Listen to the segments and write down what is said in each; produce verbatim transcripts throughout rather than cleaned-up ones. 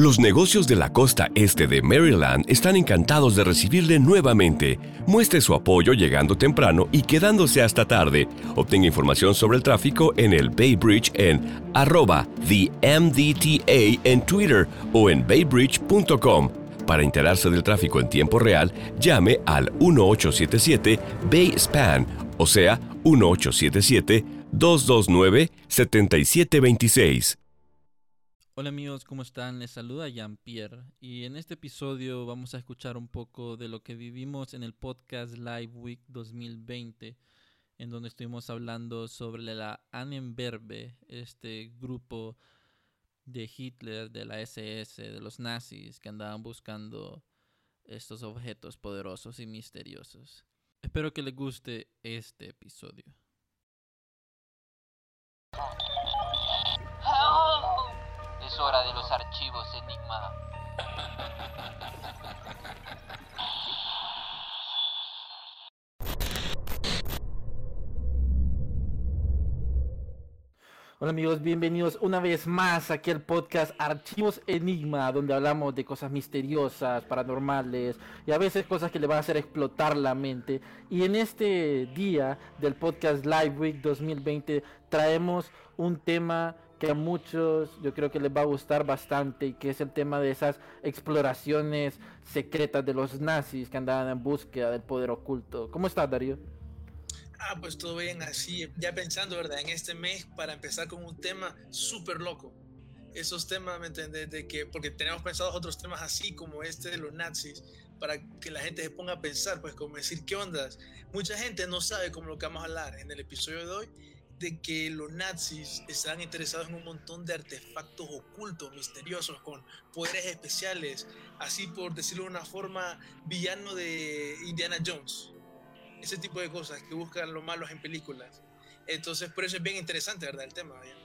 Los negocios de la costa este de Maryland están encantados de recibirle nuevamente. Muestre su apoyo llegando temprano y quedándose hasta tarde. Obtenga información sobre el tráfico en el Bay Bridge en arroba the M D T A en Twitter o en baybridge punto com. Para enterarse del tráfico en tiempo real, llame al uno ocho siete siete Bay S P A N, o sea, uno ocho siete siete, dos dos nueve, siete siete dos seis. Hola amigos, ¿cómo están? Les saluda Jean-Pierre y en este episodio vamos a escuchar un poco de lo que vivimos en el podcast Live Week dos mil veinte, en donde estuvimos hablando sobre la Annenberbe, este grupo de Hitler, de la S S, de los nazis que andaban buscando estos objetos poderosos y misteriosos. Espero que les guste este episodio. Es hora de los archivos Enigma. Hola amigos, bienvenidos una vez más aquí al podcast Archivos Enigma, donde hablamos de cosas misteriosas, paranormales y a veces cosas que le van a hacer explotar la mente. Y en este día del podcast Live Week dos mil veinte traemos un tema que a muchos yo creo que les va a gustar bastante, y que es el tema de esas exploraciones secretas de los nazis que andaban en búsqueda del poder oculto. ¿Cómo estás, Darío? Ah, pues todo bien, así, ya pensando, ¿verdad? En este mes para empezar con un tema súper loco. Esos temas, ¿me entiendes? De que, porque tenemos pensados otros temas así como este de los nazis, para que la gente se ponga a pensar, pues como decir, ¿qué ondas? Mucha gente no sabe como lo que vamos a hablar en el episodio de hoy, de que los nazis estaban interesados en un montón de artefactos ocultos, misteriosos, con poderes especiales, así por decirlo de una forma, villano de Indiana Jones. Ese tipo de cosas que buscan los malos en películas. Entonces, por eso es bien interesante, ¿verdad? El tema. ¿Ya?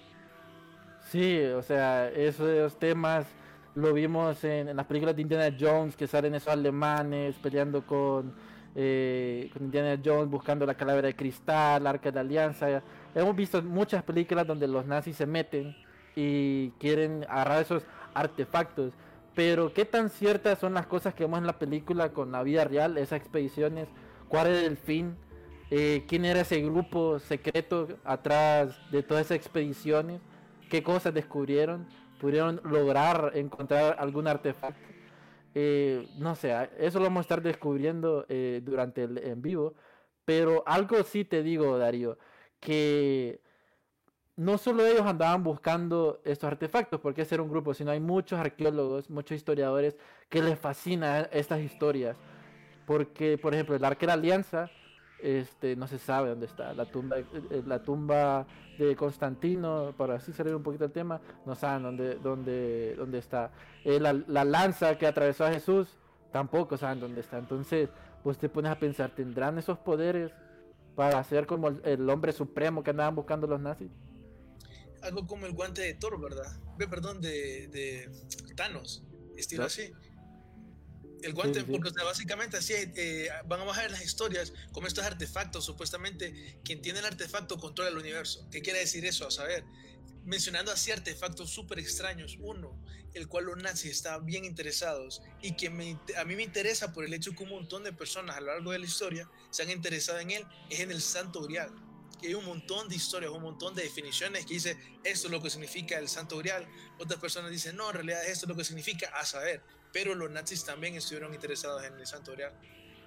Sí, o sea, esos temas lo vimos en, en las películas de Indiana Jones, que salen esos alemanes peleando con, eh, con Indiana Jones, buscando la calavera de cristal, la Arca de la Alianza. Hemos visto muchas películas donde los nazis se meten y quieren agarrar esos artefactos. Pero ¿qué tan ciertas son las cosas que vemos en la película con la vida real, esas expediciones? ¿Cuál era el fin? Eh, ¿Quién era ese grupo secreto atrás de todas esas expediciones? ¿Qué cosas descubrieron? ¿Pudieron lograr encontrar algún artefacto? Eh, no sé, eso lo vamos a estar descubriendo eh, durante el en vivo. Pero algo sí te digo, Darío, que no solo ellos andaban buscando estos artefactos, porque ese era un grupo, sino hay muchos arqueólogos, muchos historiadores que les fascinan estas historias. Porque, por ejemplo, el Arca de la Alianza, este, no se sabe dónde está. La tumba, eh, la tumba de Constantino, para así salir un poquito del tema, no saben dónde, dónde, dónde está. Eh, la, la lanza que atravesó a Jesús, tampoco saben dónde está. Entonces, vos te pones a pensar, ¿tendrán esos poderes para ser como el, el hombre supremo que andaban buscando los nazis? Algo como el guante de Thor, ¿verdad? Ve, perdón, de, de Thanos, estilo ¿No? así. El guante, Sí, sí. porque o sea, básicamente así eh, van a bajar las historias como estos artefactos. Supuestamente, quien tiene el artefacto controla el universo. ¿Qué quiere decir eso? A saber, mencionando así artefactos súper extraños. Uno, el cual los nazis estaban bien interesados y que me, a mí me interesa por el hecho que un montón de personas a lo largo de la historia se han interesado en él, es en el Santo Grial. Que hay un montón de historias, un montón de definiciones que dice esto es lo que significa el Santo Grial. Otras personas dicen no, en realidad esto es lo que significa, a saber. Pero los nazis también estuvieron interesados en el Santo Grial.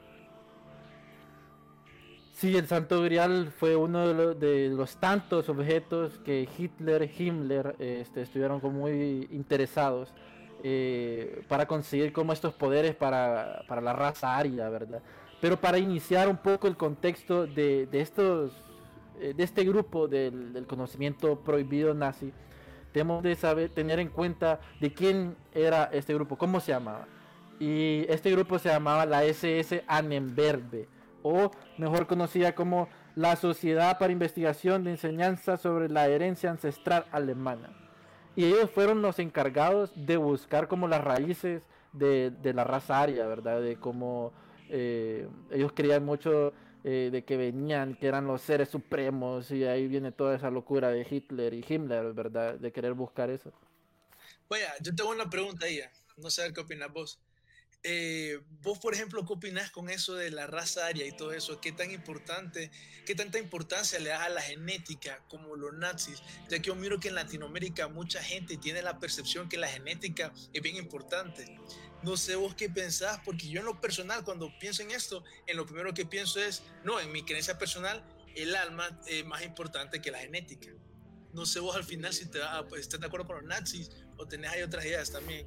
Sí, el Santo Grial fue uno de los, de los tantos objetos que Hitler, Himmler este, estuvieron como muy interesados eh, para conseguir como estos poderes para, para la raza aria, ¿verdad? Pero para iniciar un poco el contexto de, de estos eh, de este grupo del, del conocimiento prohibido nazi, tenemos de saber, tener en cuenta de quién era este grupo, cómo se llamaba. Y este grupo se llamaba la S S Annenberbe, o mejor conocida como la Sociedad para Investigación de Enseñanza sobre la Herencia Ancestral Alemana. Y ellos fueron los encargados de buscar como las raíces de, de la raza aria, ¿verdad? De cómo eh, ellos creían mucho eh, de que venían, que eran los seres supremos, y ahí viene toda esa locura de Hitler y Himmler, ¿verdad? De querer buscar eso. Vaya, yo tengo una pregunta ahí, ya. No sé qué opinas vos. Eh, vos, por ejemplo, ¿qué opinás con eso de la raza aria y todo eso? ¿Qué tan importante, qué tanta importancia le das a la genética como los nazis? Ya que yo miro que en Latinoamérica mucha gente tiene la percepción que la genética es bien importante. No sé vos qué pensás, porque yo en lo personal, cuando pienso en esto, en lo primero que pienso es, no, en mi creencia personal, el alma es más importante que la genética. No sé vos al final si te, ah, pues, estás de acuerdo con los nazis o tenés ahí otras ideas también.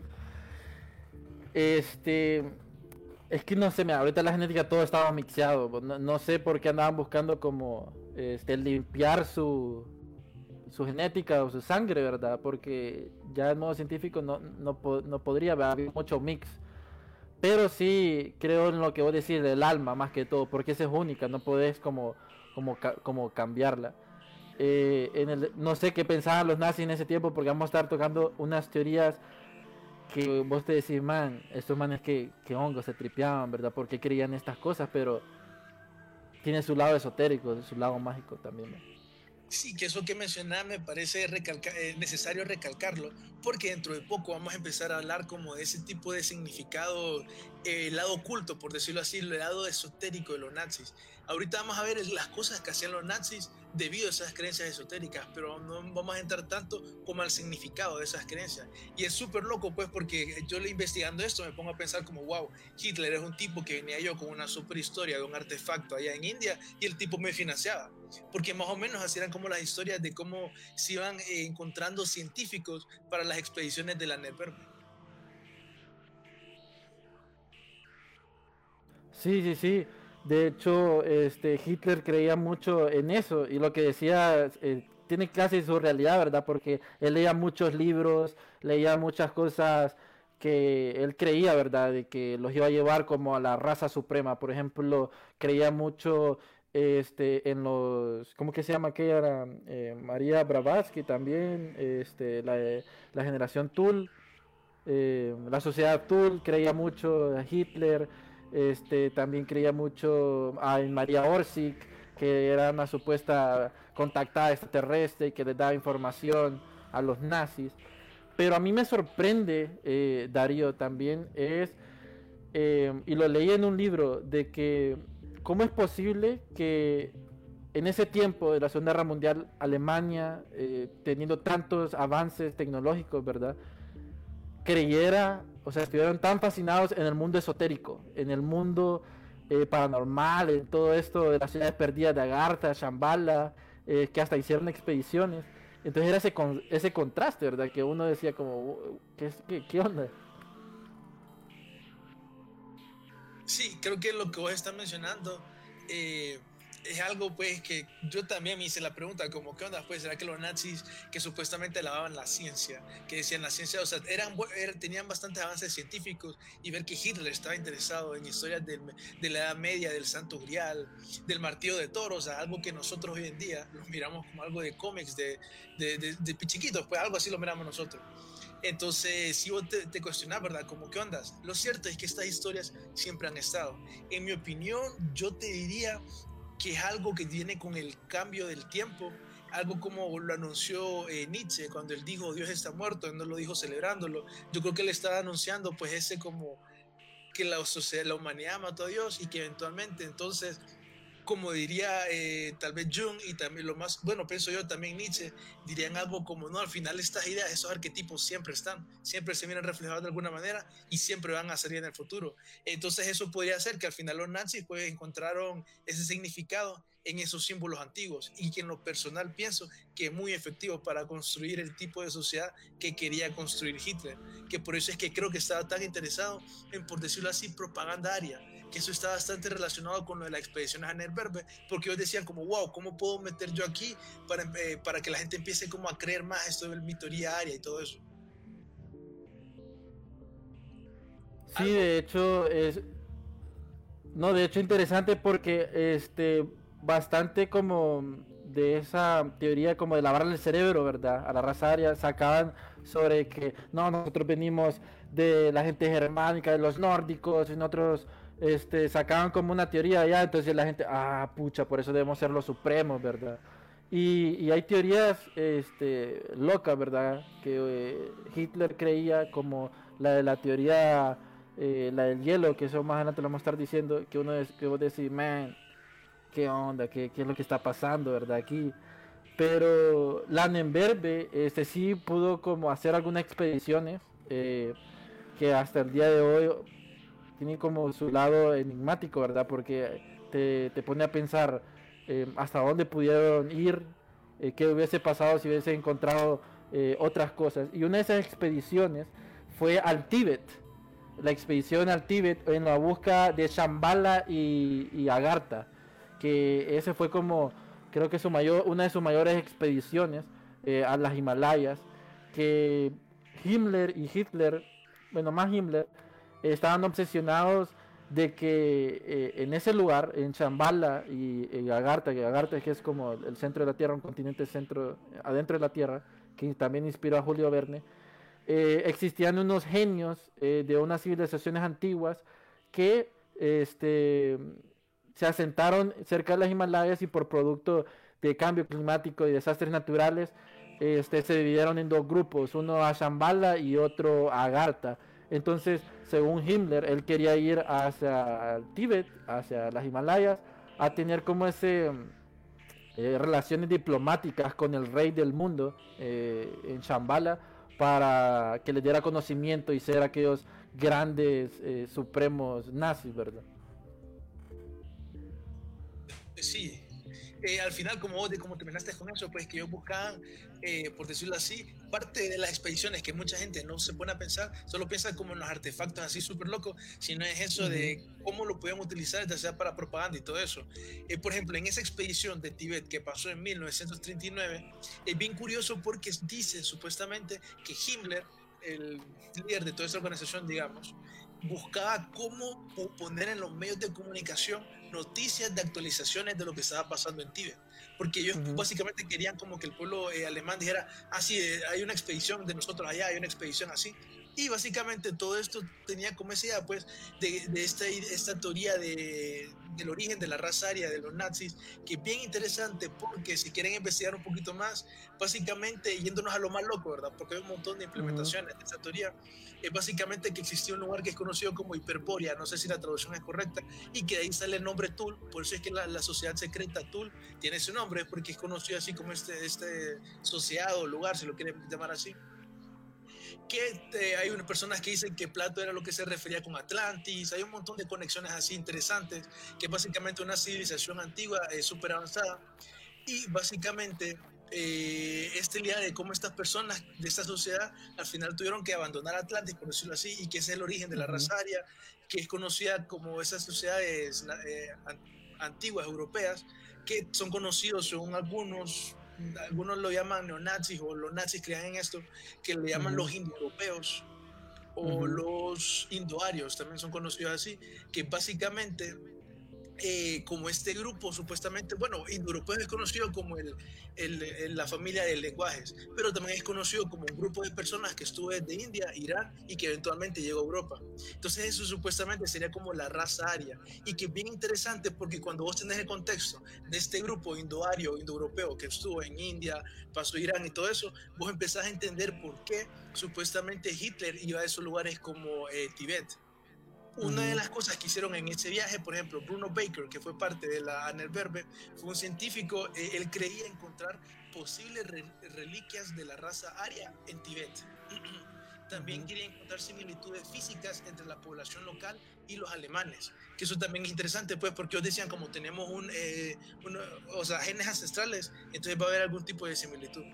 Este, es que no sé, mira, ahorita la genética todo estaba mixeado, pues, no, no sé por qué andaban buscando como este, limpiar su, su genética o su sangre, ¿verdad? Porque ya en modo científico no, no, no podría haber mucho mix. Pero sí creo en lo que vos decís del alma más que todo, porque esa es única, no podés como, como, como cambiarla. Eh, en el, no sé qué pensaban los nazis en ese tiempo, porque vamos a estar tocando unas teorías que vos te decís, man, estos manes que, que hongos se tripeaban, ¿verdad? Porque creían estas cosas, pero tiene su lado esotérico, su lado mágico también, ¿no? Sí, que eso que mencionás me parece recalca eh, necesario recalcarlo, porque dentro de poco vamos a empezar a hablar como de ese tipo de significado, eh, el lado oculto, por decirlo así, el lado esotérico de los nazis. Ahorita vamos a ver las cosas que hacían los nazis debido a esas creencias esotéricas, pero no vamos a entrar tanto como al significado de esas creencias. Y es súper loco, pues, porque yo investigando esto me pongo a pensar como, wow, Hitler es un tipo que venía yo con una super historia de un artefacto allá en India y el tipo me financiaba. Porque más o menos así eran como las historias de cómo se iban eh, encontrando científicos para las expediciones de la Neperve. Sí, sí, sí. De hecho, este Hitler creía mucho en eso y lo que decía eh, tiene casi su realidad, ¿verdad? Porque él leía muchos libros, leía muchas cosas que él creía, ¿verdad? De que los iba a llevar como a la raza suprema. Por ejemplo, creía mucho este en los, ¿cómo que se llama aquella? Era, eh, María Blavatsky también, este, la, la generación Thule, eh, la sociedad Thule creía mucho a Hitler. Este, también creía mucho a María Orsic, que era una supuesta contactada extraterrestre y que les daba información a los nazis. Pero a mí me sorprende, eh, Darío, también es, eh, y lo leí en un libro, de que cómo es posible que en ese tiempo de la Segunda Guerra Mundial, Alemania, eh, teniendo tantos avances tecnológicos, ¿verdad?, creyera, o sea, estuvieron tan fascinados en el mundo esotérico, en el mundo eh, paranormal, en todo esto de las ciudades perdidas de Agartha, Shambhala, eh, que hasta hicieron expediciones. Entonces era ese, con, ese contraste, ¿verdad? Que uno decía como, ¿qué, qué, qué onda? Sí, creo que lo que vos estás mencionando eh, es algo pues que yo también me hice la pregunta, como qué onda, pues será que los nazis que supuestamente alababan la ciencia, que decían la ciencia, o sea, eran, eran tenían bastantes avances científicos, y ver que Hitler estaba interesado en historias del, de la Edad Media, del Santo Grial, del martillo de Thor, o sea, algo que nosotros hoy en día lo miramos como algo de cómics, de, de, de, de chiquitos, pues algo así lo miramos nosotros. Entonces, si vos te, te cuestionás, ¿verdad? Como, ¿qué ondas? Lo cierto es que estas historias siempre han estado. En mi opinión, yo te diría que es algo que viene con el cambio del tiempo, algo como lo anunció eh, Nietzsche cuando él dijo Dios está muerto, él no lo dijo celebrándolo. Yo creo que él estaba anunciando pues ese como que la sociedad, la humanidad mató a Dios y que eventualmente entonces, como diría eh, tal vez Jung y también lo más, bueno, pienso yo también Nietzsche, dirían algo como, no, al final estas ideas, esos arquetipos siempre están, siempre se vienen reflejados de alguna manera y siempre van a salir en el futuro. Entonces eso podría ser que al final los nazis pues encontraron ese significado en esos símbolos antiguos y que en lo personal pienso que es muy efectivo para construir el tipo de sociedad que quería construir Hitler, que por eso es que creo que estaba tan interesado en, por decirlo así, propaganda aria, que eso está bastante relacionado con lo de la expedición a Neperve, porque ellos decían como, wow, ¿cómo puedo meter yo aquí para, eh, para que la gente empiece como a creer más esto de mi teoría aria y todo eso? Sí, ¿algo? De hecho es, no, de hecho interesante porque este, bastante como de esa teoría como de lavarle el cerebro, ¿verdad?, a la raza aria, sacaban sobre que, no, nosotros venimos de la gente germánica, de los nórdicos, y nosotros este, sacaban como una teoría allá, entonces la gente, ah, pucha, por eso debemos ser los supremos, ¿verdad? Y, y hay teorías este, locas, ¿verdad? Que eh, Hitler creía, como la de la teoría, eh, la del hielo, que eso más adelante lo vamos a estar diciendo, que uno es, que vos decís, man, ¿qué onda? ¿Qué, qué es lo que está pasando, verdad? Aquí. Pero Lanenberbe, este sí pudo como hacer algunas expediciones eh, que hasta el día de hoy tienen como su lado enigmático, ¿verdad? Porque te, te pone a pensar eh, hasta dónde pudieron ir, eh, qué hubiese pasado si hubiese encontrado eh, otras cosas. Y una de esas expediciones fue al Tíbet, la expedición al Tíbet en la busca de Shambhala y, y Agartha, que ese fue como, creo que su mayor, una de sus mayores expediciones eh, a las Himalayas, que Himmler y Hitler, bueno, más Himmler, eh, estaban obsesionados de que eh, en ese lugar, en Shambhala y, y Agartha, que Agartha que es como el centro de la Tierra, un continente centro, adentro de la Tierra, que también inspiró a Julio Verne, eh, existían unos genios eh, de unas civilizaciones antiguas que este, se asentaron cerca de las Himalayas y por producto de cambio climático y desastres naturales este, se dividieron en dos grupos, uno a Shambhala y otro a Agartha. Entonces, según Himmler, él quería ir hacia el Tíbet, hacia las Himalayas, a tener como ese eh, relaciones diplomáticas con el rey del mundo eh, en Shambhala, para que les diera conocimiento y ser aquellos grandes eh, supremos nazis, ¿verdad? Sí. Eh, al final, como vos de cómo terminaste con eso, pues que ellos buscaban, eh, por decirlo así, parte de las expediciones que mucha gente no se pone a pensar, solo piensa como en los artefactos así súper locos, sino es eso uh-huh. de cómo lo podían utilizar, ya sea para propaganda y todo eso. Eh, por ejemplo, en esa expedición de Tíbet que pasó en mil novecientos treinta y nueve, es bien curioso porque dicen supuestamente que Himmler, el líder de toda esa organización, digamos, buscaba cómo poner en los medios de comunicación noticias de actualizaciones de lo que estaba pasando en Tíbet, porque ellos uh-huh. básicamente querían como que el pueblo eh, alemán dijera, ah sí, eh, hay una expedición de nosotros allá, hay una expedición así, y básicamente todo esto tenía como esa idea pues de, de esta, esta teoría de, del origen de la raza aria de los nazis, que es bien interesante porque si quieren investigar un poquito más, básicamente yéndonos a lo más loco, ¿verdad? Porque hay un montón de implementaciones uh-huh. de esta teoría, es básicamente que existía un lugar que es conocido como Hiperbórea, no sé si la traducción es correcta, y que de ahí sale el nombre Thule, por eso es que la, la sociedad secreta Thule tiene ese nombre, porque es conocido así como este, este sociedad o lugar, si lo quieren llamar así. Que eh, hay unas personas que dicen que Plato era lo que se refería con Atlantis, hay un montón de conexiones así interesantes, que es básicamente una civilización antigua, eh, súper avanzada, y básicamente eh, esta idea de cómo estas personas de esta sociedad al final tuvieron que abandonar Atlantis, por decirlo así, y que ese es el origen de la uh-huh. raza aria, que es conocida como esas sociedades eh, antiguas europeas, que son conocidos según algunos, algunos lo llaman neonazis, o los nazis crean en esto, que le llaman uh-huh. los indoeuropeos, o uh-huh. los indoarios, también son conocidos así, que básicamente eh, como este grupo supuestamente, bueno, indoeuropeo es conocido como el, el, el, la familia de lenguajes, pero también es conocido como un grupo de personas que estuvo desde India, Irán, y que eventualmente llegó a Europa. Entonces eso supuestamente sería como la raza aria, y que es bien interesante porque cuando vos tenés el contexto de este grupo indoario, indoeuropeo que estuvo en India, pasó Irán y todo eso, vos empezás a entender por qué supuestamente Hitler iba a esos lugares como eh, Tíbet. Una uh-huh. de las cosas que hicieron en ese viaje, por ejemplo, Bruno Baker, que fue parte de la Annerberbe, fue un científico, eh, él creía encontrar posibles re- reliquias de la raza aria en Tíbet. También uh-huh. quería encontrar similitudes físicas entre la población local y los alemanes, que eso también es interesante, pues, porque ellos decían, como tenemos un, eh, un, o sea, genes ancestrales, entonces va a haber algún tipo de similitud.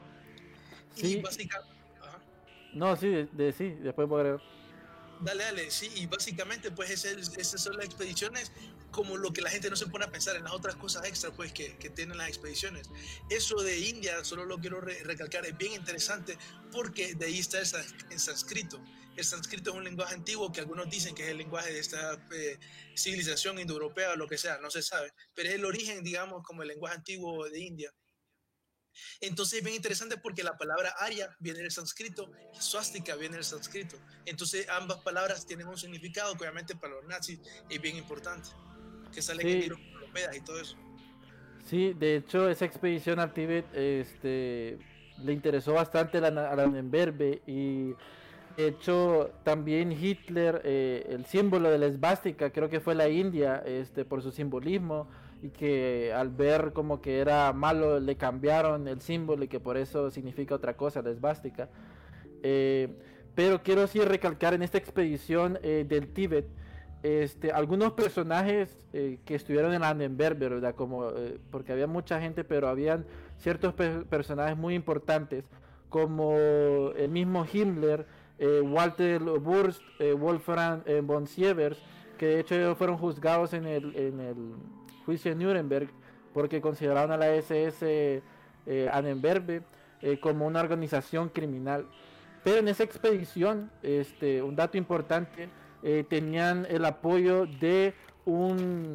Sí. Y básicamente... Ajá. No, sí, de, de, sí, después voy a agregar. Dale, dale, sí, y básicamente pues ese, esas son las expediciones, como lo que la gente no se pone a pensar en las otras cosas extra pues que, que tienen las expediciones. Eso de India, solo lo quiero re- recalcar, es bien interesante porque de ahí está el, el sánscrito. El sánscrito es un lenguaje antiguo que algunos dicen que es el lenguaje de esta eh, civilización indoeuropea o lo que sea, no se sabe, pero es el origen, digamos, como el lenguaje antiguo de India. Entonces es bien interesante porque la palabra aria viene del sánscrito, swastika viene del sánscrito. Entonces ambas palabras tienen un significado que obviamente para los nazis es bien importante, que salen sí. en libros y todo eso. Sí, de hecho, esa expedición al Tíbet este, le interesó bastante a la, a la Nemberbe y de hecho también Hitler, eh, el símbolo de la esvástica, creo que fue la India, este, por su simbolismo y que al ver como que era malo le cambiaron el símbolo y que por eso significa otra cosa, la esvástica. Eh, pero quiero sí recalcar en esta expedición eh, del Tíbet este, algunos personajes eh, que estuvieron en Annenberg, ¿verdad? Como, eh, porque había mucha gente, pero habían ciertos pe personajes muy importantes, como el mismo Himmler, eh, Walter Wurst, eh, Wolfram eh, von Sievers, que de hecho ellos fueron juzgados en el, en el juicio de Nuremberg, porque consideraron a la S S eh, Annenberg eh, como una organización criminal. Pero en esa expedición, este, un dato importante, eh, tenían el apoyo de un,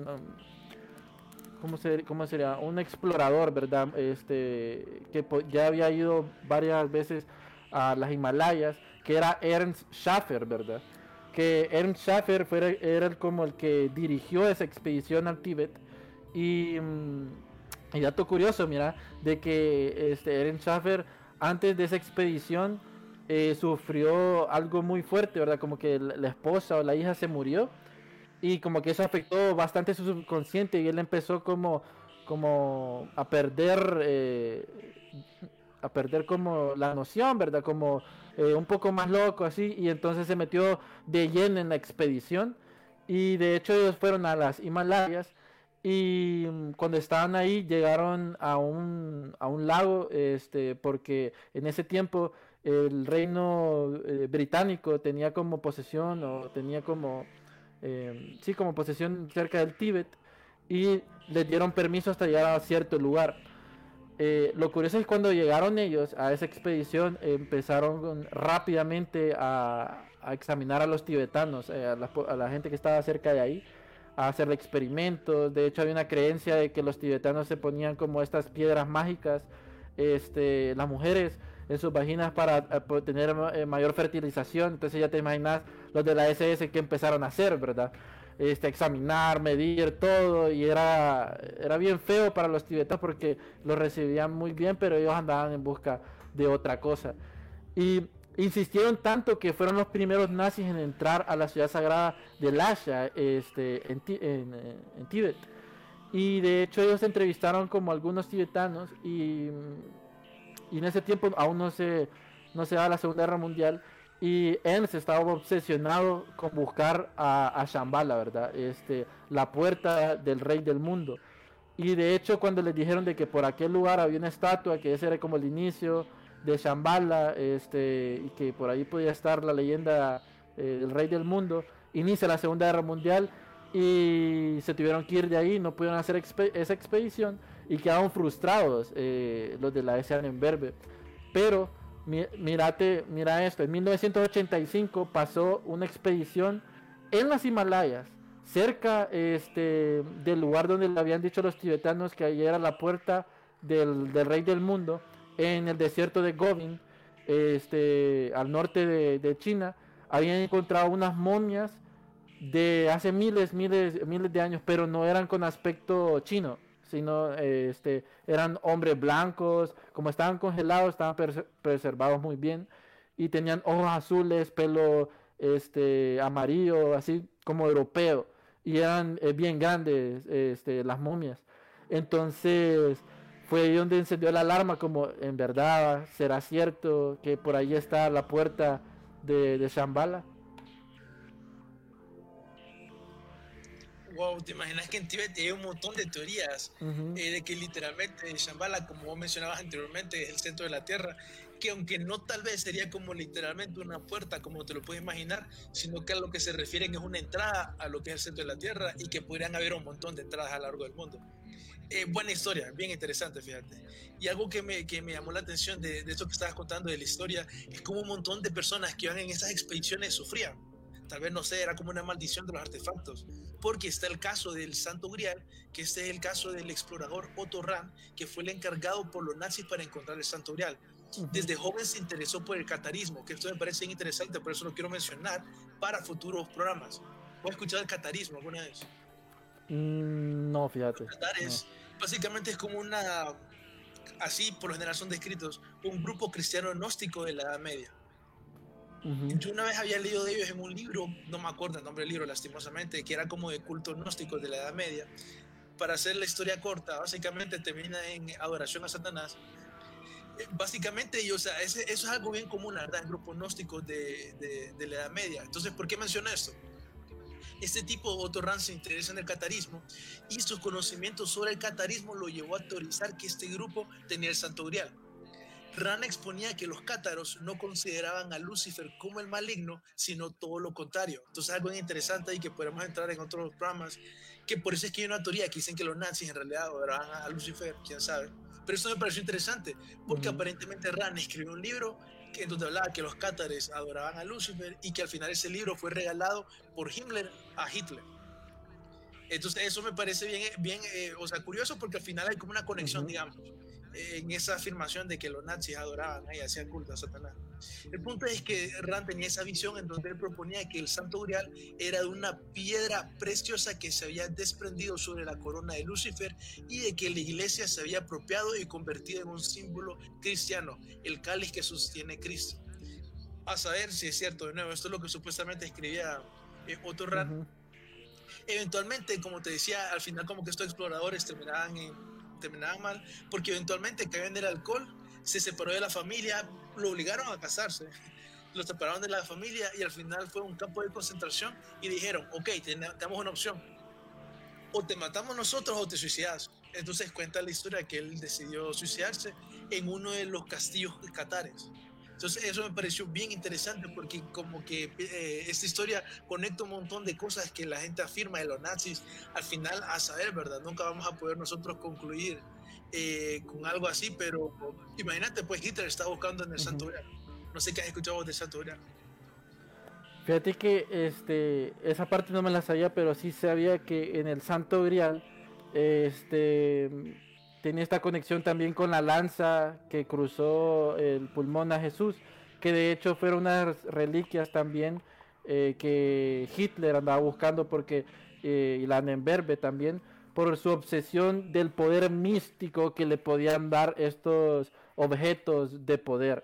¿cómo, se, cómo sería? Un explorador, ¿verdad? Este, que ya había ido varias veces a las Himalayas, que era Ernst Schaffer, ¿verdad? Que Ernst Schaffer fue, era como el que dirigió esa expedición al Tíbet. Y, y dato curioso, mira, de que este, Ernst Schaffer, antes de esa expedición, Eh, sufrió algo muy fuerte, ¿verdad? Como que la, la esposa o la hija se murió y como que eso afectó bastante su subconsciente y él empezó como, como a perder eh, a perder como la noción, ¿verdad? Como eh, un poco más loco así y entonces se metió de lleno en la expedición y de hecho ellos fueron a las Himalayas y cuando estaban ahí llegaron a un, a un lago este, porque en ese tiempo el reino eh, británico tenía como posesión o tenía como eh, sí como posesión cerca del Tíbet y les dieron permiso hasta llegar a cierto lugar. Eh, lo curioso es que cuando llegaron ellos a esa expedición eh, empezaron rápidamente a, a examinar a los tibetanos, eh, a, la, a la gente que estaba cerca de ahí, a hacer experimentos. De hecho había una creencia de que los tibetanos se ponían como estas piedras mágicas, este, las mujeres en sus vaginas para uh, tener uh, mayor fertilización. Entonces ya te imaginas los de la S S que empezaron a hacer, ¿verdad? Este, examinar, medir todo y era, era bien feo para los tibetanos porque los recibían muy bien, pero ellos andaban en busca de otra cosa. Y insistieron tanto que fueron los primeros nazis en entrar a la ciudad sagrada de Lhasa, este, en, en, en Tíbet. Y de hecho ellos entrevistaron como algunos tibetanos y... y en ese tiempo aún no se no se da la Segunda Guerra Mundial y Ernst estaba obsesionado con buscar a, a Shambhala, ¿verdad? Este, la puerta del rey del mundo. Y de hecho cuando les dijeron de que por aquel lugar había una estatua, que ese era como el inicio de Shambhala, este, y que por ahí podía estar la leyenda eh, del rey del mundo, inicia la Segunda Guerra Mundial y se tuvieron que ir de ahí, no pudieron hacer exp esa expedición y quedaron frustrados eh, los de la S Annenberg. Pero mi, mirate, mira esto, en mil novecientos ochenta y cinco pasó una expedición en las Himalayas, cerca este, del lugar donde le habían dicho los tibetanos que ahí era la puerta del, del rey del mundo, en el desierto de Gobind, este, al norte de, de China. Habían encontrado unas momias de hace miles, miles, miles de años, pero no eran con aspecto chino, sino este, eran hombres blancos, como estaban congelados, estaban preservados muy bien, y tenían ojos azules, pelo este, amarillo, así como europeo, y eran eh, bien grandes este, las momias. Entonces fue ahí donde encendió la alarma, como en verdad será cierto que por ahí está la puerta de, de Shambhala. Wow, ¿te imaginas que en Tíbet hay un montón de teorías? Uh-huh. eh, de que literalmente Shambhala, como vos mencionabas anteriormente, es el centro de la Tierra, que aunque no tal vez sería como literalmente una puerta, como te lo puedes imaginar, sino que a lo que se refieren es una entrada a lo que es el centro de la Tierra y que podrían haber un montón de entradas a lo largo del mundo. Eh, buena historia, bien interesante, fíjate. Y algo que me, que me llamó la atención de, de esto que estabas contando de la historia es como un montón de personas que iban en esas expediciones sufrían. Tal vez, no sé, era como una maldición de los artefactos, porque está el caso del Santo Grial, que este es el caso del explorador Otto Rahn, que fue el encargado por los nazis para encontrar el Santo Grial. Uh-huh. Desde joven se interesó por el catarismo, que esto me parece interesante, por eso lo quiero mencionar para futuros programas. ¿Has escuchado el catarismo alguna vez? Mm, no, fíjate. Los catares no. Básicamente es como una, así por lo general son descritos, un grupo cristiano gnóstico de la Edad Media. Ujú. Yo una vez había leído de ellos en un libro, no me acuerdo el nombre del libro lastimosamente, que era como de cultos gnósticos de la Edad Media. Para hacer la historia corta, básicamente termina en adoración a Satanás. Eh, Básicamente, y, o sea, ese, eso es algo bien común, la verdad, en grupos gnósticos de, de, de la Edad Media. Entonces, ¿por qué menciono esto? Este tipo, Otto Rahn, se interesa en el catarismo y sus conocimientos sobre el catarismo lo llevó a teorizar que este grupo tenía el Santo Grial. Rahn exponía que los cátaros no consideraban a Lucifer como el maligno, sino todo lo contrario. Entonces, algo interesante y que podemos entrar en otros programas, que por eso es que hay una teoría que dicen que los nazis en realidad adoraban a Lucifer, quién sabe. Pero eso me pareció interesante, porque Ujú. aparentemente Rahn escribió un libro que, en donde hablaba que los cátares adoraban a Lucifer y que al final ese libro fue regalado por Himmler a Hitler. Entonces eso me parece bien, bien eh, o sea, curioso, porque al final hay como una conexión, Ujú. digamos, eh, en esa afirmación de que los nazis adoraban y hacían culto a Satanás. El punto es que Rand tenía esa visión en donde él proponía que el Santo Grial era de una piedra preciosa que se había desprendido sobre la corona de Lucifer y de que la iglesia se había apropiado y convertido en un símbolo cristiano, el cáliz que sostiene Cristo. A saber si es cierto, de nuevo, esto es lo que supuestamente escribía eh, Otto Rand. Ujú. Eventualmente, como te decía, al final como que estos exploradores terminaban, en, terminaban mal, porque eventualmente cayó en el alcohol, se separó de la familia, lo obligaron a casarse, lo separaron de la familia y al final fue un campo de concentración y dijeron, ok, tenemos una opción, o te matamos nosotros o te suicidas. Entonces cuenta la historia que él decidió suicidarse en uno de los castillos catares. Entonces eso me pareció bien interesante, porque como que eh, esta historia conecta un montón de cosas que la gente afirma de los nazis. Al final, a saber, ¿verdad? Nunca vamos a poder nosotros concluir eh, con algo así, pero imagínate, pues Hitler está buscando en el Santo Ujú. Grial. No sé qué has escuchado vos del Santo Grial. Fíjate que este, esa parte no me la sabía, pero sí sabía que en el Santo Grial este, tenía esta conexión también con la lanza que cruzó el pulmón a Jesús, que de hecho fueron unas reliquias también eh, que Hitler andaba buscando, porque eh, y la Nemberbe también, por su obsesión del poder místico que le podían dar estos objetos de poder.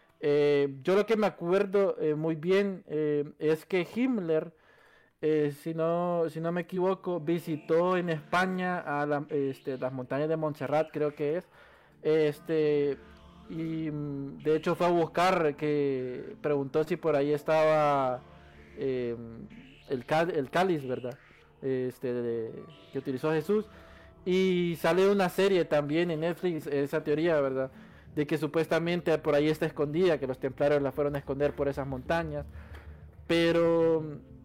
Eh, yo lo que me acuerdo eh, muy bien eh, es que Himmler, eh, si, no, si no me equivoco, visitó en España a la, este, las montañas de Montserrat, creo que es. Este, y mm, de hecho fue a buscar, que preguntó si por ahí estaba eh, el, el cáliz, ¿verdad? Este, de, que utilizó Jesús. Y sale una serie también en Netflix, esa teoría, ¿verdad? De que supuestamente por ahí está escondida, que los templarios la fueron a esconder por esas montañas. Pero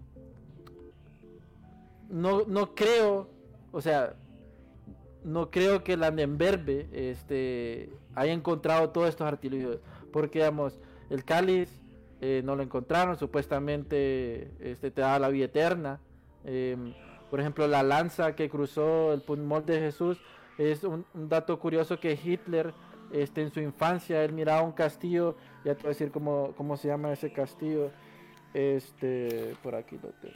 no, no creo, o sea, no creo que la Nemberbe este, haya encontrado todos estos artilugios. Porque, digamos, el cáliz eh, no lo encontraron, supuestamente este, te da la vida eterna. Eh, por ejemplo, la lanza que cruzó el pulmón de Jesús es un, un dato curioso, que Hitler este, en su infancia él miraba un castillo, ya te voy a decir cómo, cómo se llama ese castillo. Este, por aquí lo tengo.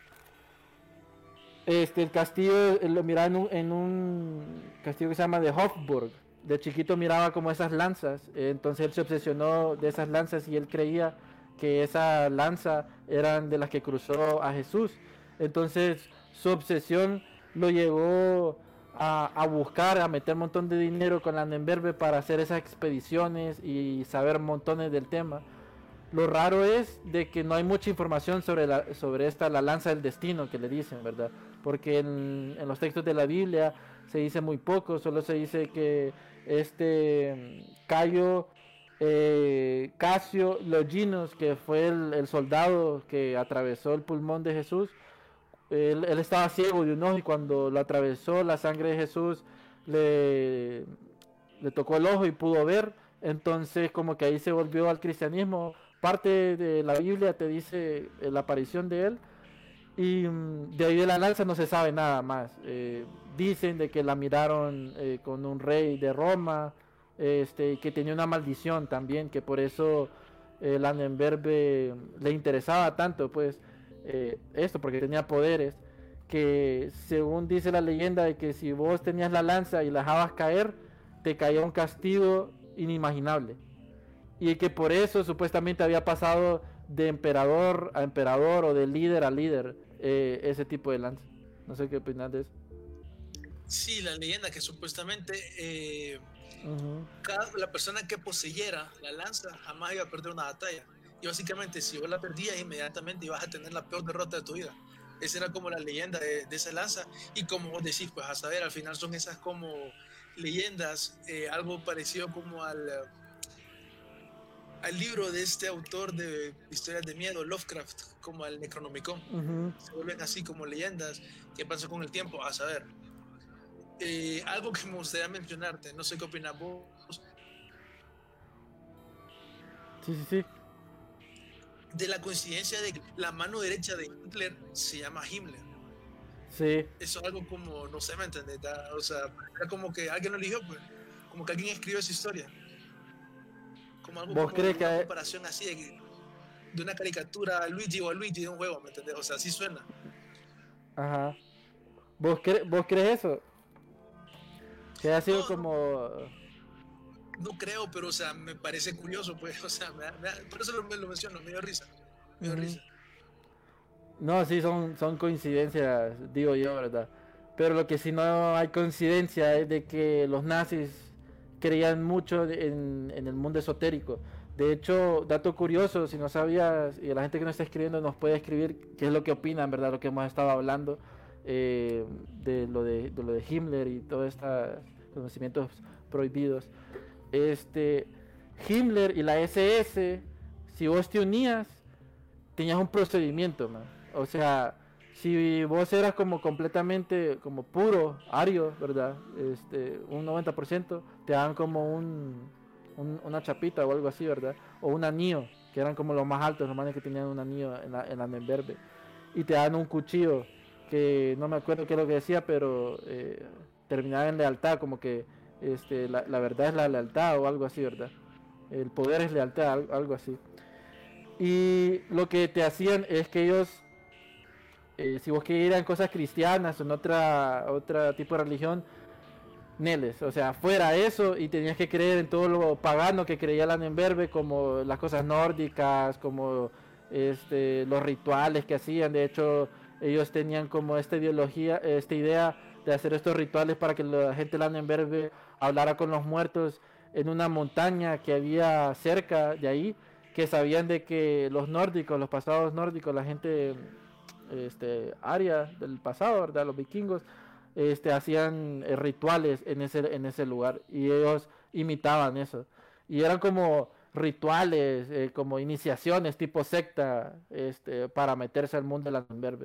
Este, el castillo lo miraba en un, en un castillo que se llama de Hofburg. De chiquito miraba como esas lanzas, eh, entonces él se obsesionó de esas lanzas y él creía que esa lanza eran de las que cruzó a Jesús. Entonces su obsesión lo llevó a, a buscar, a meter un montón de dinero con la Nemberbe para hacer esas expediciones y saber montones del tema. Lo raro es de que no hay mucha información sobre, la, sobre esta, la lanza del destino que le dicen, ¿verdad? Porque en, en los textos de la Biblia se dice muy poco, solo se dice que este Cayo eh, Casio Longinus, que fue el, el soldado que atravesó el pulmón de Jesús, él, él estaba ciego de un ojo, y cuando lo atravesó la sangre de Jesús le, le tocó el ojo y pudo ver. Entonces como que ahí se volvió al cristianismo. Parte de la Biblia te dice eh, la aparición de él, y mm, de ahí de la lanza no se sabe nada más. Eh, dicen de que la miraron eh, con un rey de Roma, este, que tenía una maldición también, que por eso eh, la Nemberbe le interesaba tanto, pues, eh, esto, porque tenía poderes, que según dice la leyenda de que si vos tenías la lanza y la dejabas caer, te caía un castigo inimaginable. Y que por eso supuestamente había pasado de emperador a emperador o de líder a líder eh, ese tipo de lanza. No sé qué opinas de eso. Sí, la leyenda que supuestamente eh, Uh-huh. cada, la persona que poseyera la lanza jamás iba a perder una batalla. Y básicamente si vos la perdías, inmediatamente ibas a tener la peor derrota de tu vida. Esa era como la leyenda de, de esa lanza. Y como vos decís, pues a saber, al final son esas como leyendas, eh, algo parecido como al, al libro de este autor de historias de miedo, Lovecraft, como al Necronomicon. Uh-huh. Se vuelven así como leyendas que pasan con el tiempo, a saber. Eh, algo que me gustaría mencionarte, no sé qué opinas vos. Sí, sí, sí. De la coincidencia de que la mano derecha de Hitler se llama Himmler. Sí. Eso es algo como, no sé, ¿me entendés? Da, o sea, era como que alguien lo eligió, pues. Como que alguien escribió esa historia. Como algo ¿Vos como crees una que comparación así de, de una caricatura a Luigi o a Luigi de un juego, ¿me entendés? O sea, así suena. Ajá. ¿Vos, cre ¿Vos crees eso? Que ha sido No, como... No creo, pero o sea, me parece curioso, pues, o sea, me da, me da, por eso lo, lo menciono, me dio risa, me dio Ujú. risa. No, sí, son, son coincidencias, digo yo, ¿verdad? Pero lo que sí no hay coincidencia es de que los nazis creían mucho en, en el mundo esotérico. De hecho, dato curioso, si no sabías, y la gente que nos está escribiendo nos puede escribir qué es lo que opinan, ¿verdad? Lo que hemos estado hablando eh, de, lo de, de lo de Himmler y todos estos conocimientos prohibidos. Este, Himmler y la ese ese, si vos te unías, tenías un procedimiento, man. O sea, si vos eras como completamente como puro, ario, ¿verdad? Este, un noventa por ciento, te dan como un, un, una chapita o algo así, ¿verdad? O un anillo, que eran como los más altos, los manes que tenían un anillo en la, en la Nemberbe. Y te dan un cuchillo, que no me acuerdo qué es lo que decía, pero eh, terminaba en lealtad, como que este, la, la verdad es la lealtad o algo así, ¿verdad? El poder es lealtad, algo así. Y lo que te hacían es que ellos, eh, si vos querías ir en cosas cristianas o en otra, otra tipo de religión, neles, o sea, fuera eso y tenías que creer en todo lo pagano que creía la Nemberbe, como las cosas nórdicas, como este, los rituales que hacían. De hecho, ellos tenían como esta ideología, esta idea de hacer estos rituales para que la gente de la Nemberbe hablara con los muertos en una montaña que había cerca de ahí, que sabían de que los nórdicos, los pasados nórdicos, la gente este, aria del pasado, ¿verdad? Los vikingos, este, hacían eh, rituales en ese, en ese lugar y ellos imitaban eso. Y eran como rituales, eh, como iniciaciones tipo secta, este, para meterse al mundo de la Nemberbe.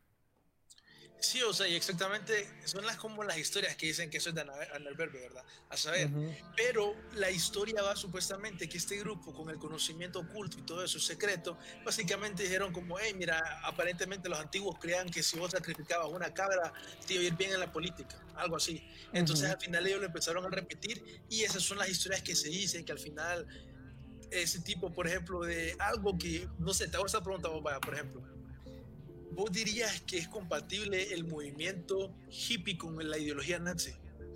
Sí, o sea, y exactamente son las como las historias que dicen que eso es de Nemberbe, ¿verdad? A saber, uh-huh. Pero la historia va supuestamente que este grupo con el conocimiento oculto y todo eso secreto, básicamente dijeron como, hey, mira, aparentemente los antiguos creían que si vos sacrificabas una cabra te iba a ir bien en la política, algo así. Entonces uh-huh. Al final ellos lo empezaron a repetir y esas son las historias que se dicen, que al final ese tipo, por ejemplo, de algo que, no sé, te hago esta pregunta vos, vaya, por ejemplo. ¿Vos dirías que es compatible el movimiento hippie con la ideología nazi?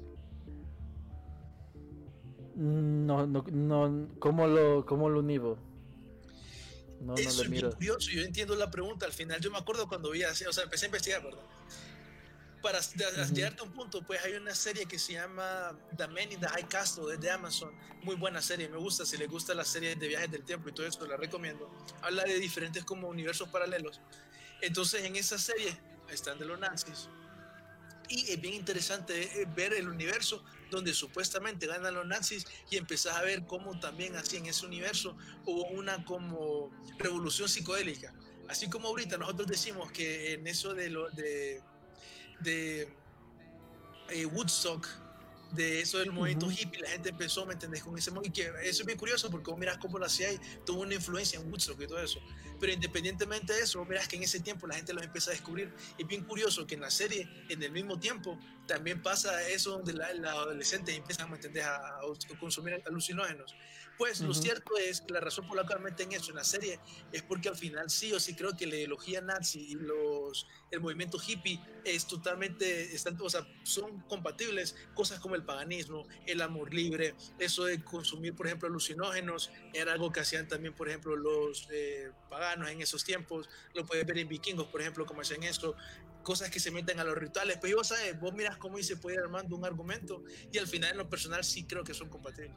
No, no, no, ¿cómo lo, cómo lo univo? No, Eso no es bien curioso, yo entiendo la pregunta. Al final yo me acuerdo cuando vi así, o sea, empecé a investigar, ¿verdad? Para uh-huh. llegarte a un punto, pues hay una serie que se llama The Man in the High Castle, de Amazon, muy buena serie, me gusta, si les gusta las series de viajes del tiempo y todo eso, la recomiendo. Habla de diferentes como universos paralelos. Entonces en esa serie están de los nazis y es bien interesante ver el universo donde supuestamente ganan los nazis y empezás a ver cómo también así en ese universo hubo una como revolución psicodélica, así como ahorita nosotros decimos que en eso de lo de, de eh, Woodstock, de eso del movimiento uh-huh. hippie, la gente empezó, ¿me entendés? Con ese movimiento, que eso es bien curioso porque vos mirás cómo la C I A tuvo una influencia en Woodstock y todo eso, pero independientemente de eso, vos mirás que en ese tiempo la gente los empieza a descubrir. Es bien curioso que en la serie, en el mismo tiempo, también pasa eso donde la, la adolescente empieza, ¿me entendés?, a, a consumir alucinógenos. Pues uh-huh. Lo cierto es que la razón por la cual meten eso en la serie es porque al final sí o sí creo que la ideología nazi y los, el movimiento hippie es totalmente, están, o sea, son compatibles. Cosas como el paganismo, el amor libre, eso de consumir, por ejemplo, alucinógenos, era algo que hacían también, por ejemplo, los eh, paganos en esos tiempos. Lo puedes ver en Vikingos, por ejemplo, cómo hacían eso. Cosas que se meten a los rituales, pero vos sabes, vos miras cómo se puede ir armando un argumento y al final en lo personal sí creo que son compatibles.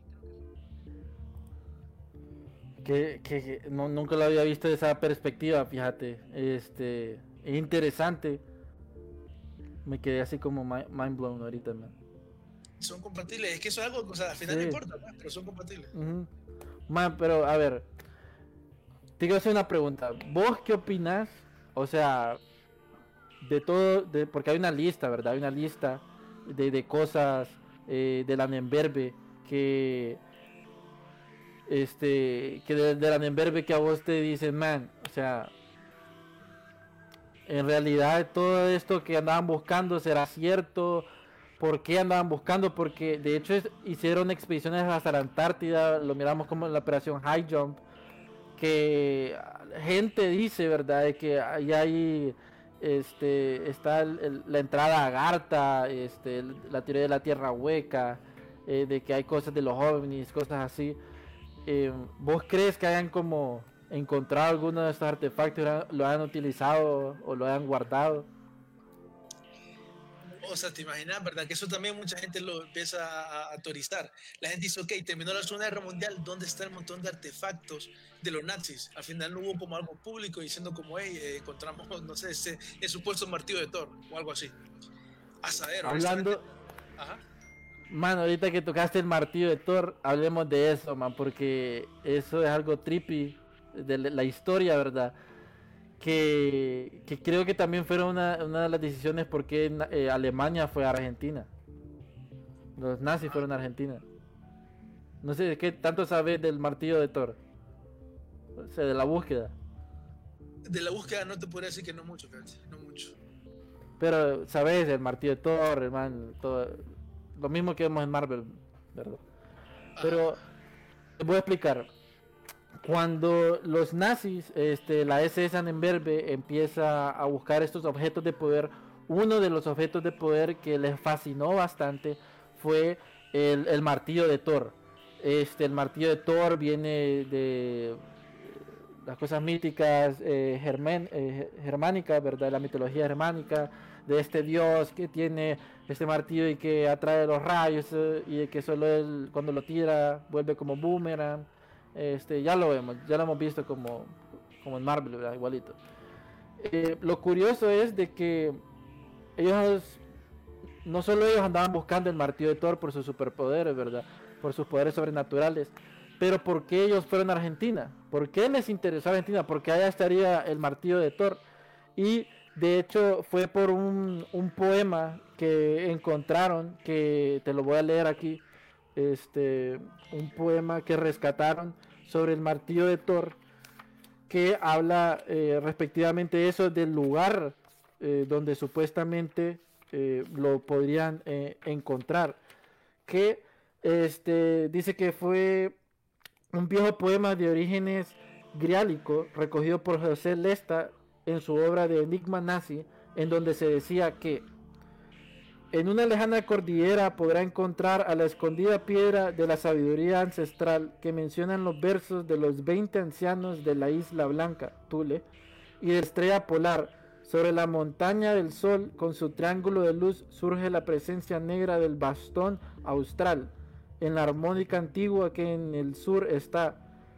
Que, que, que no, nunca lo había visto de esa perspectiva, fíjate, este, es interesante. Me quedé así como mind blown ahorita, man. Son compatibles, es que eso es algo, o sea, al final sí. No importa, man, pero son compatibles. Uh-huh. Man, pero a ver, te quiero hacer una pregunta. ¿Vos qué opinás? O sea, de todo, de, porque hay una lista, ¿verdad? Hay una lista de, de cosas eh, de la Nemberbe que este que de, de la Nemberbe que a vos te dicen, man, o sea, en realidad todo esto que andaban buscando será cierto. ¿Por qué andaban buscando? Porque de hecho es, hicieron expediciones hasta la Antártida, lo miramos como en la operación High Jump, que gente dice, ¿verdad?, de que ahí hay este está el, el, la entrada a Agartha, este el, la teoría de la tierra hueca, eh, de que hay cosas de los ovnis, cosas así. Eh, ¿Vos crees que hayan como encontrado alguno de estos artefactos, lo hayan utilizado o lo hayan guardado? O sea, te imaginas, ¿verdad? Que eso también mucha gente lo empieza a, a teorizar. La gente dice, ok, terminó la Segunda Guerra Mundial, ¿dónde está el montón de artefactos de los nazis? Al final no hubo como algo público diciendo como, hey, eh, encontramos, no sé, ese, el supuesto martillo de Thor o algo así. A saber, hablando... Ajá. Man, ahorita que tocaste el martillo de Thor, hablemos de eso, man, porque eso es algo trippy de la historia, ¿verdad? Que, que creo que también fueron una, una de las decisiones por qué eh, Alemania fue a Argentina. Los nazis fueron a Argentina. No sé, ¿qué tanto sabes del martillo de Thor? O sea, de la búsqueda. De la búsqueda no te podría decir que no mucho, fíjate, no mucho. Pero, ¿sabes? El martillo de Thor, hermano, todo... Lo mismo que vemos en Marvel, ¿verdad? Pero, te voy a explicar. Cuando los nazis, este, la S S Annenberbe empieza a buscar estos objetos de poder, uno de los objetos de poder que les fascinó bastante fue el, el martillo de Thor. Este, el martillo de Thor viene de las cosas míticas eh, germen, eh, germánicas, ¿verdad? La mitología germánica, de este dios que tiene este martillo y que atrae los rayos eh, y que solo él cuando lo tira vuelve como boomerang. Este, ya lo vemos, ya lo hemos visto como, como en Marvel, ¿verdad? Igualito. Eh, lo curioso es de que ellos, no solo ellos andaban buscando el martillo de Thor por sus superpoderes, ¿verdad? Por sus poderes sobrenaturales, pero ¿por qué ellos fueron a Argentina? ¿Por qué les interesó Argentina? Porque allá estaría el martillo de Thor. Y de hecho fue por un, un poema que encontraron, que te lo voy a leer aquí. Este, un poema que rescataron sobre el martillo de Thor, que habla eh, respectivamente eso del lugar eh, donde supuestamente eh, lo podrían eh, encontrar, que este, dice que fue un viejo poema de orígenes griálico recogido por José Lesta en su obra de Enigma Nazi, en donde se decía que en una lejana cordillera podrá encontrar a la escondida piedra de la sabiduría ancestral que mencionan los versos de los veinte ancianos de la Isla Blanca, Thule, y de Estrella Polar. Sobre la montaña del sol, con su triángulo de luz, surge la presencia negra del bastón austral, en la armónica antigua que en el sur está.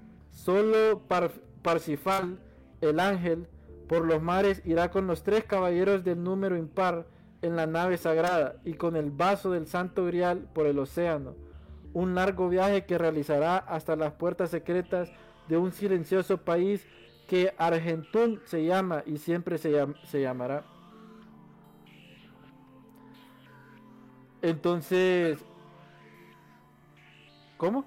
Solo Par Parsifal, el ángel, por los mares irá con los tres caballeros del número impar, en la nave sagrada y con el vaso del santo grial por el océano, un largo viaje que realizará hasta las puertas secretas de un silencioso país que Argentum se llama y siempre se, llam se llamará. Entonces, ¿cómo?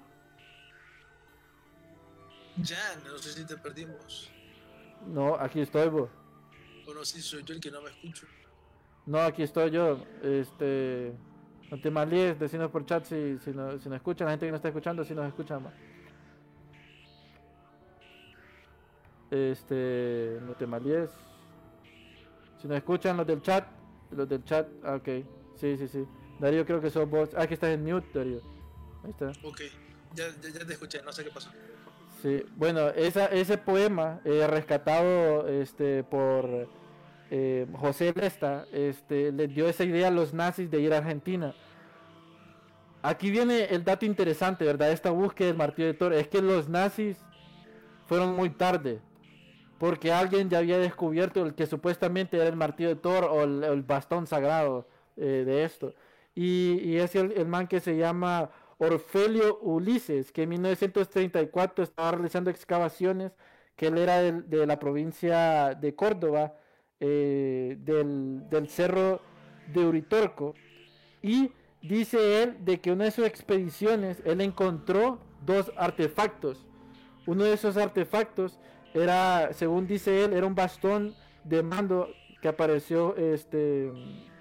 Ya, no sé si te perdimos. No, aquí estoy, vos. Bueno, sí, soy yo el que no me escucho. No, aquí estoy yo. Este. No te malíes, decinos por chat si, si, no, si nos escuchan. La gente que no está escuchando, si nos escuchan. Man. Este. No te malíes. Si nos escuchan los del chat. Los del chat. Ah, ok. Sí, sí, sí. Darío, creo que sos vos. Ah, que estás en mute, Darío. Ahí está. Ok. Ya, ya, ya te escuché, no sé qué pasó. Sí, bueno, esa, ese poema eh, rescatado este, por eh, José Lesta, este, les dio esa idea a los nazis de ir a Argentina. Aquí viene el dato interesante, ¿verdad? Esta búsqueda del martillo de Thor es que los nazis fueron muy tarde, porque alguien ya había descubierto el que supuestamente era el martillo de Thor o el, el bastón sagrado eh, de esto. Y, y es el, el man que se llama Orfelio Ulises, que en mil novecientos treinta y cuatro estaba realizando excavaciones, que él era de, de la provincia de Córdoba, eh, del, del cerro de Uritorco, y dice él de que una de sus expediciones él encontró dos artefactos. Uno de esos artefactos era, según dice él, era un bastón de mando que apareció este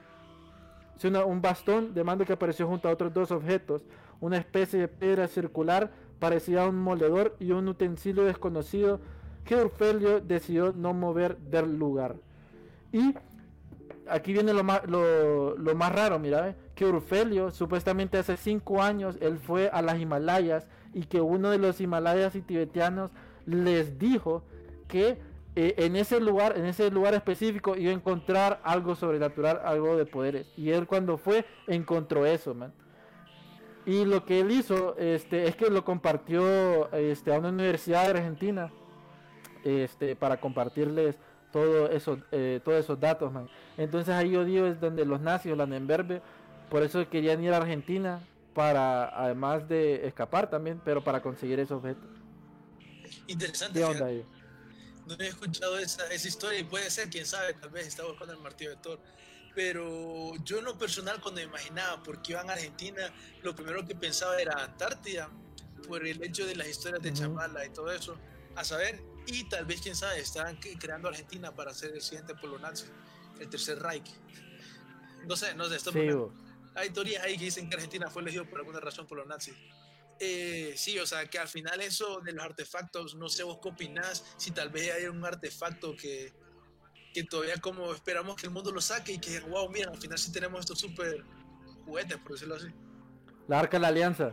una, un bastón de mando que apareció junto a otros dos objetos, una especie de piedra circular parecida a un moledor y un utensilio desconocido que Orfelio decidió no mover del lugar. Y aquí viene lo más, lo, lo más raro, mira, ¿eh? Que Orfelio supuestamente hace cinco años él fue a las Himalayas y que uno de los himalayas y tibetanos les dijo que eh, en ese lugar, en ese lugar específico iba a encontrar algo sobrenatural, algo de poderes. Y él cuando fue encontró eso, man. Y lo que él hizo este, es que lo compartió este, a una universidad de Argentina este, para compartirles todo eso, eh, todos esos datos, man. Entonces ahí yo digo es donde los nazis, la Nemberbe, por eso querían ir a Argentina para, además de escapar también, pero para conseguir esos objetos. Interesante. ¿Qué onda ahí? No he escuchado esa, esa historia y puede ser, quién sabe, tal vez está buscando el martillo de Thor. Pero yo en lo personal cuando me imaginaba por qué iban a Argentina, lo primero que pensaba era Antártida, por el hecho de las historias de uh-huh. Chambala y todo eso, a saber, y tal vez quién sabe, estaban creando Argentina para ser el siguiente pueblo nazi, el tercer Reich. No sé, no sé, esto sí, me... hay teorías ahí que dicen que Argentina fue elegido por alguna razón por los nazis. Eh, sí, o sea, que al final eso de los artefactos, no sé vos qué opinás, si tal vez hay un artefacto que, que todavía como esperamos que el mundo lo saque y que, wow, mira, al final sí tenemos estos super juguetes, por decirlo así. La Arca de la Alianza.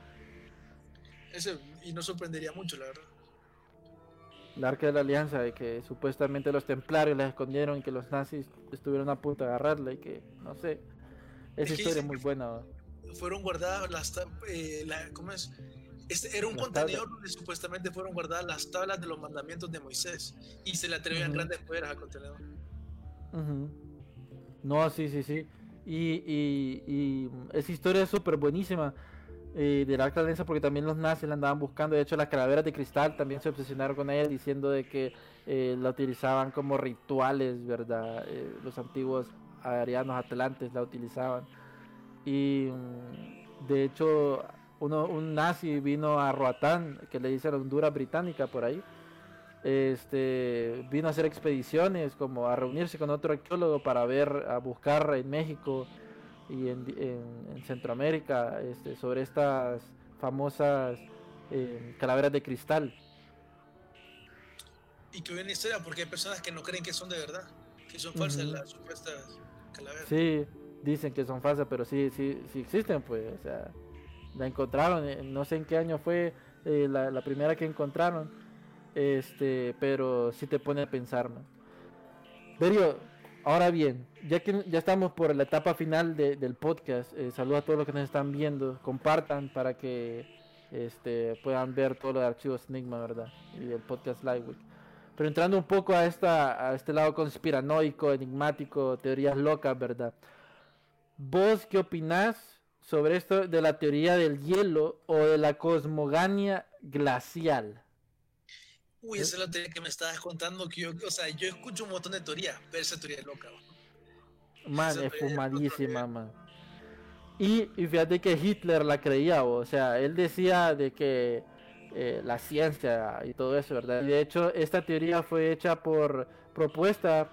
Ese, y no sorprendería mucho, la verdad. La Arca de la Alianza, de que supuestamente los templarios la escondieron y que los nazis estuvieron a punto de agarrarla y que, no sé, esa es historia es muy buena, ¿no? Fueron guardadas las eh, la, ¿cómo es? Este era un las contenedor tablas. Donde supuestamente fueron guardadas las tablas de los mandamientos de Moisés y se le atribuían uh-huh. grandes poderes al contenedor. Uh-huh. No, sí, sí, sí. Y, y, y esa historia es súper buenísima eh, de la Arca de la Alianza porque también los nazis la andaban buscando. De hecho, las calaveras de cristal también se obsesionaron con ella diciendo de que eh, la utilizaban como rituales, ¿verdad? Eh, los antiguos arianos atlantes la utilizaban. Y de hecho uno, un nazi vino a Roatán, que le dicen Honduras británica por ahí, este vino a hacer expediciones, como a reunirse con otro arqueólogo para ver, a buscar en México y en, en, en Centroamérica este, sobre estas famosas eh, calaveras de cristal. Y que buena historia, porque hay personas que no creen que son de verdad, que son falsas uh-huh. las supuestas calaveras. Sí. Dicen que son falsas, pero sí, sí, sí existen, pues, o sea, la encontraron, eh, no sé en qué año fue eh, la, la primera que encontraron, este, pero sí te pone a pensar, ¿no? Darío, ahora bien, ya que ya estamos por la etapa final de, del podcast, eh, saludo a todos los que nos están viendo, compartan para que este, puedan ver todo lo de Archivos Enigma, ¿verdad? Y el podcast Live Week. Pero entrando un poco a, esta, a este lado conspiranoico, enigmático, teorías locas, ¿verdad? ¿Vos qué opinás sobre esto de la teoría del hielo o de la cosmogonía glacial? Uy, esa es la teoría que me estabas contando, que yo, o sea, yo escucho un montón de teorías, pero esa teoría es loca, man. Man, esa es fumadísima, man. Y, y fíjate que Hitler la creía, o sea, él decía de que eh, la ciencia y todo eso, ¿verdad? Y de hecho, esta teoría fue hecha por propuesta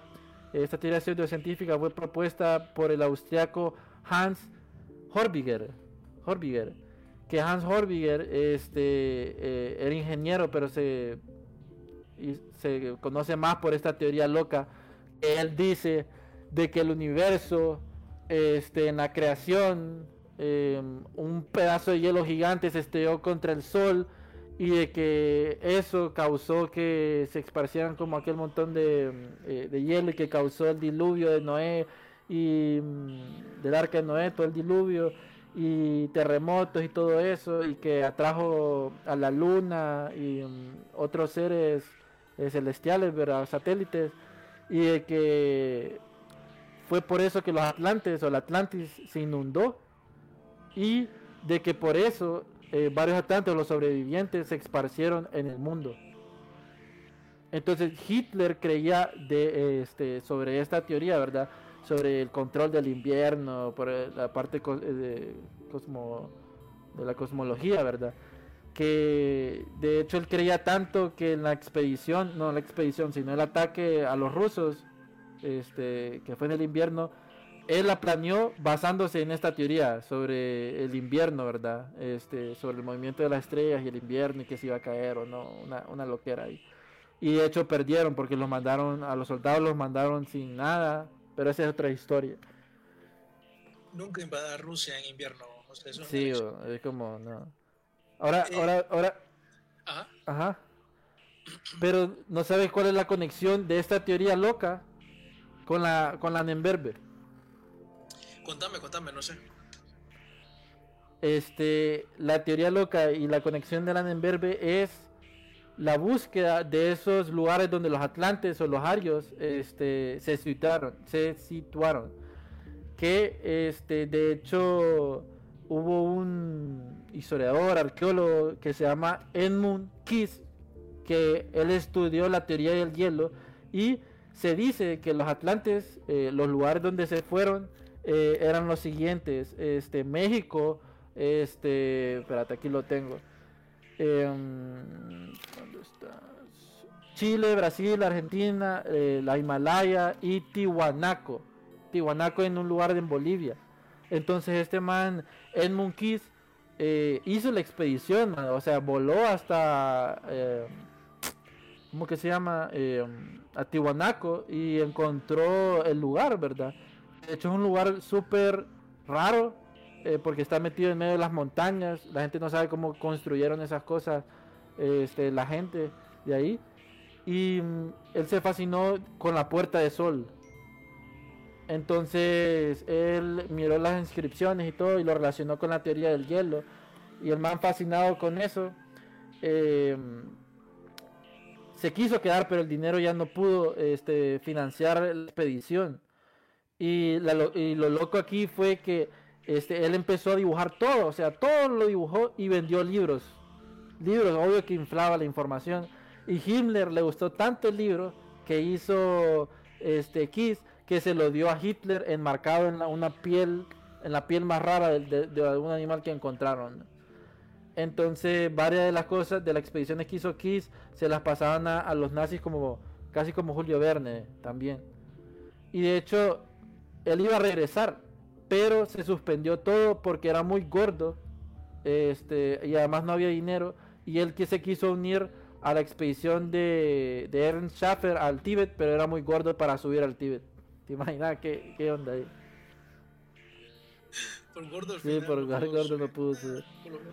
Esta teoría pseudocientífica fue propuesta por el austriaco Hans Horbiger, Horbiger que Hans Horbiger este, eh, era ingeniero, pero se, y se conoce más por esta teoría loca. Él dice de que el universo, este, en la creación, eh, un pedazo de hielo gigante se estrelló contra el sol, y de que eso causó que se esparcieran como aquel montón de, eh, de hielo, y que causó el diluvio de Noé y mm, del arca de Noé, todo el diluvio y terremotos y todo eso, y que atrajo a la luna y um, otros seres eh, celestiales, ¿verdad? Satélites, y de que fue por eso que los Atlantes o el Atlantis se inundó, y de que por eso eh, varios Atlantes, los sobrevivientes, se esparcieron en el mundo. Entonces Hitler creía de este sobre esta teoría, ¿verdad? Sobre el control del invierno, por la parte co de, cosmo, de la cosmología, ¿verdad? Que de hecho él creía tanto que en la expedición, no la expedición, sino el ataque a los rusos, este, que fue en el invierno, él la planeó basándose en esta teoría sobre el invierno, ¿verdad? Este, sobre el movimiento de las estrellas y el invierno, y que se iba a caer o no, una, una loquera ahí. Y de hecho perdieron porque los mandaron, a los soldados los mandaron sin nada, pero esa es otra historia. Nunca invada Rusia en invierno. O sea, eso sí, es, o, es como, no. Ahora, eh, ahora, ahora. Ajá. Ajá. Pero no sabes cuál es la conexión de esta teoría loca con la, con la Nemberber. Contame, contame, no sé. Este, la teoría loca y la conexión de la Nemberber es la búsqueda de esos lugares donde los atlantes o los arios este, se situaron, se situaron. Que este, de hecho hubo un historiador, arqueólogo que se llama Edmund Kiss, que él estudió la teoría del hielo, y se dice que los atlantes, eh, los lugares donde se fueron, eh, eran los siguientes: este, México, este, espérate, aquí lo tengo. Eh, ¿Dónde estás? Chile, Brasil, Argentina, eh, la Himalaya y Tiwanaku. Tiwanaku en un lugar en Bolivia. Entonces este man, Edmund Kiss, eh, hizo la expedición, man, o sea, voló hasta, eh, ¿cómo que se llama? Eh, a Tiwanaku, y encontró el lugar, ¿verdad? De hecho es un lugar súper raro, eh, porque está metido en medio de las montañas. La gente no sabe cómo construyeron esas cosas, este, la gente de ahí. Y mm, él se fascinó con la Puerta de Sol. Entonces él miró las inscripciones y todo y lo relacionó con la teoría del hielo. Y el man, fascinado con eso, eh, se quiso quedar, pero el dinero ya no pudo este, financiar la expedición. Y, la, y lo loco aquí fue que este, él empezó a dibujar todo, o sea, todo lo dibujó y vendió libros. Libros, obvio que inflaba la información. Y Himmler le gustó tanto el libro que hizo este, Kiss, que se lo dio a Hitler enmarcado en la, una piel, en la piel más rara de, de, de algún animal que encontraron. Entonces varias de las cosas de la expedición que hizo Kiss se las pasaban a, a los nazis, como casi como Julio Verne también. Y de hecho él iba a regresar, pero se suspendió todo porque era muy gordo, este, y además no había dinero, y él que se quiso unir a la expedición de, de Ernst Schaffer al Tíbet, pero era muy gordo para subir al Tíbet. ¿Te imaginas qué, qué onda ahí? Por gordo al Sí, final por no pudo gordo subir. no pudo subir. Por lo menos.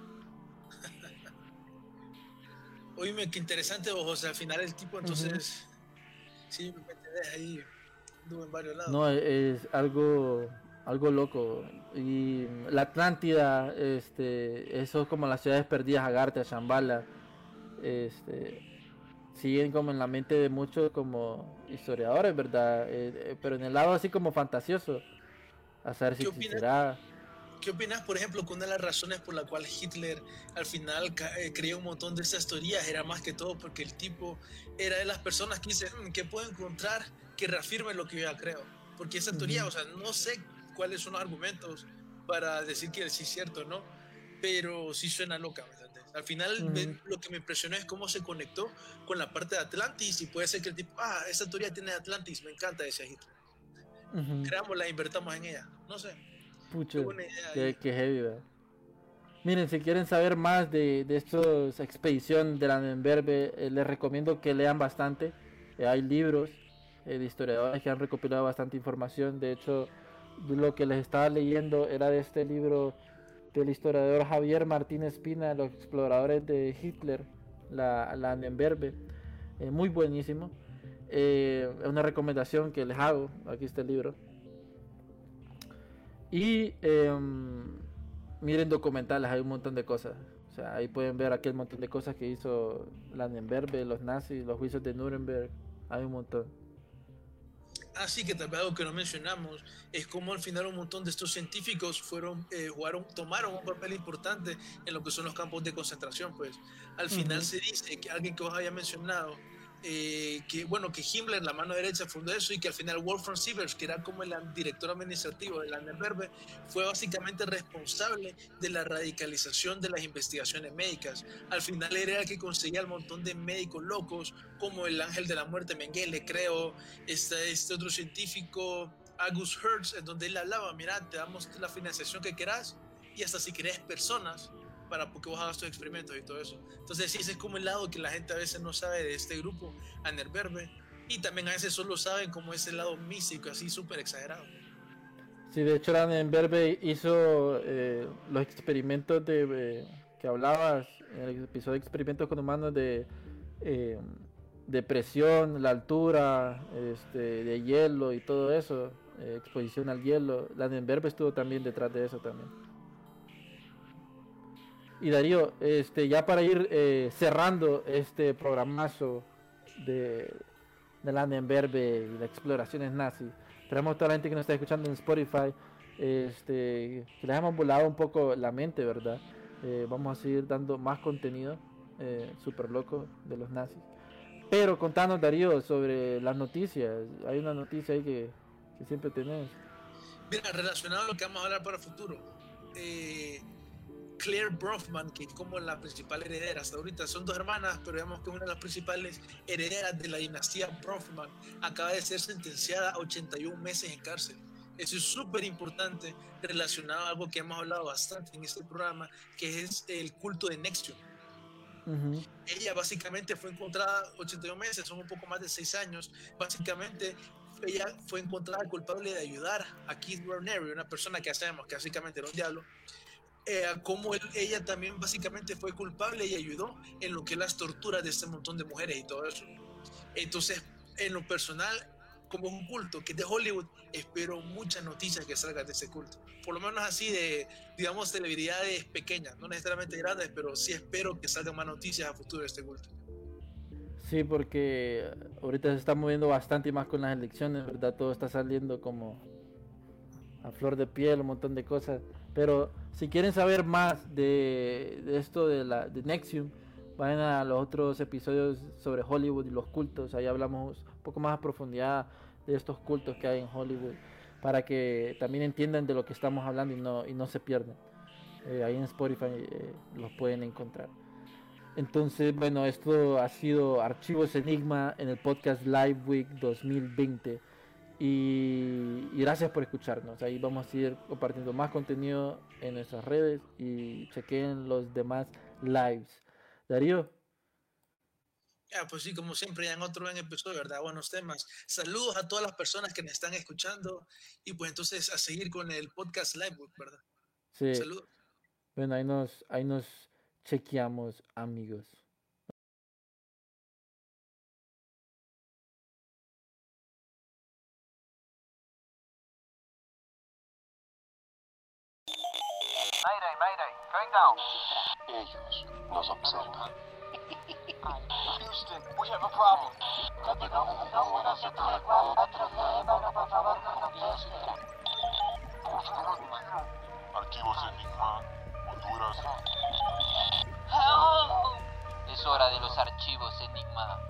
Oíme, qué interesante, vos, o sea, al final el tipo entonces, sí, me entendés, ahí anduvo en varios lados. No, es algo algo loco. Y la Atlántida, este, eso es como las ciudades perdidas, Agartha, Shambhala, este, siguen como en la mente de muchos como historiadores, ¿verdad? Eh, eh, pero en el lado así como fantasioso, a saber si ¿Qué opinas? existirá. ¿Qué opinas, por ejemplo, que una de las razones por la cual Hitler al final ca- eh, creó un montón de estas teorías era más que todo porque el tipo era de las personas que dicen "Mm, que puedo encontrar que reafirme lo que yo ya creo"? Porque esa teoría, Ujú. o sea, no sé cuáles son los argumentos para decir que sí es cierto, ¿no? Pero sí suena loca, ¿me entiendes? Al final, Ujú. me- lo que me impresionó es cómo se conectó con la parte de Atlantis y puede ser que el tipo, ah, esa teoría tiene Atlantis, me encanta, decía Hitler. Ujú. Creámosla e invertamos en ella. No sé, Pucha, qué buena idea qué, ahí. qué heavy, ¿verdad? Miren, si quieren saber más de, de esta expedición de la Nemberbe, eh, les recomiendo que lean bastante. Eh, hay libros eh, de historiadores que han recopilado bastante información. De hecho, lo que les estaba leyendo era de este libro del historiador Javier Martín Espina, Los exploradores de Hitler, la, la Nemberbe. Eh, muy buenísimo. Eh, es una recomendación que les hago. Aquí está el libro. Y em, miren documentales, hay un montón de cosas. O sea, ahí pueden ver aquel montón de cosas que hizo la Nemberbe, los nazis, los juicios de Nuremberg. Hay un montón. Así que tal vez algo que no mencionamos es cómo al final un montón de estos científicos fueron, eh, jugaron, tomaron un papel importante en lo que son los campos de concentración. Pues al final Ujú. se dice que alguien que os haya mencionado, eh, que bueno, que Himmler, la mano derecha, fundó eso y que al final Wolfram Sievers, que era como el director administrativo de la Nemberbe, fue básicamente responsable de la radicalización de las investigaciones médicas. Al final era el que conseguía el montón de médicos locos, como el ángel de la muerte Mengele, creo, este, este otro científico, August Hertz, en donde él hablaba, mira, te damos la financiación que querás y hasta si querés personas para que vos hagas tus experimentos y todo eso. Entonces, sí, ese es como el lado que la gente a veces no sabe de este grupo, Anerberbe, y también a veces solo saben como ese lado místico, así súper exagerado. Sí, de hecho, la Nemberbe hizo eh, los experimentos de eh, que hablabas en el episodio de experimentos con humanos de, eh, de presión, la altura, este, de hielo y todo eso, eh, exposición al hielo. La Nemberbe estuvo también detrás de eso también. Y Darío, este, ya para ir eh, cerrando este programazo de, de la Nemberbe y las exploraciones nazis, tenemos toda la gente que nos está escuchando en Spotify, este, que les hemos volado un poco la mente, ¿verdad? Eh, vamos a seguir dando más contenido eh, súper loco de los nazis. Pero contanos, Darío, sobre las noticias. Hay una noticia ahí que, que siempre tenés. Mira, relacionado a lo que vamos a hablar para el futuro, eh, Claire Bronfman, que es como la principal heredera hasta ahorita, son dos hermanas, pero digamos que una de las principales herederas de la dinastía Bronfman acaba de ser sentenciada a ochenta y un meses en cárcel. Eso es súper importante relacionado a algo que hemos hablado bastante en este programa, que es el culto de Nexium. Uh-huh. Ella básicamente fue encontrada ochenta y un meses, son un poco más de seis años, básicamente ella fue encontrada culpable de ayudar a Keith Raniere, una persona que ya sabemos que básicamente era un diablo. Eh, como él, ella también básicamente fue culpable y ayudó en lo que es las torturas de este montón de mujeres y todo eso. Entonces, en lo personal, como es un culto que es de Hollywood, espero muchas noticias que salgan de ese culto. Por lo menos así de, digamos, celebridades pequeñas, no necesariamente grandes, pero sí espero que salgan más noticias a futuro de este culto. Sí, porque ahorita se está moviendo bastante más con las elecciones, ¿verdad? Todo está saliendo como a flor de piel, un montón de cosas. Pero si quieren saber más de, de esto de la de Nexium, vayan a los otros episodios sobre Hollywood y los cultos. Ahí hablamos un poco más a profundidad de estos cultos que hay en Hollywood, para que también entiendan de lo que estamos hablando y no, y no se pierdan. Eh, ahí en Spotify eh, los pueden encontrar. Entonces, bueno, esto ha sido Archivos Enigma en el podcast Live Week dos mil veinte. Y, y gracias por escucharnos. Ahí vamos a seguir compartiendo más contenido en nuestras redes y chequen los demás lives. Darío. Ya, pues sí, como siempre, ya en otro buen episodio, ¿verdad? Buenos temas. Saludos a todas las personas que me están escuchando y pues entonces a seguir con el podcast Live Week, ¿verdad? Sí. Saludos. Bueno, ahí nos, ahí nos chequeamos, amigos. Mayday, mayday, going down. Ellos nos observan. Houston, we have a problem. Código uno uno siete cuatro, llévalo por favor con urgencia. Archivos Enigma, Honduras. Help. Es hora de los archivos Enigma.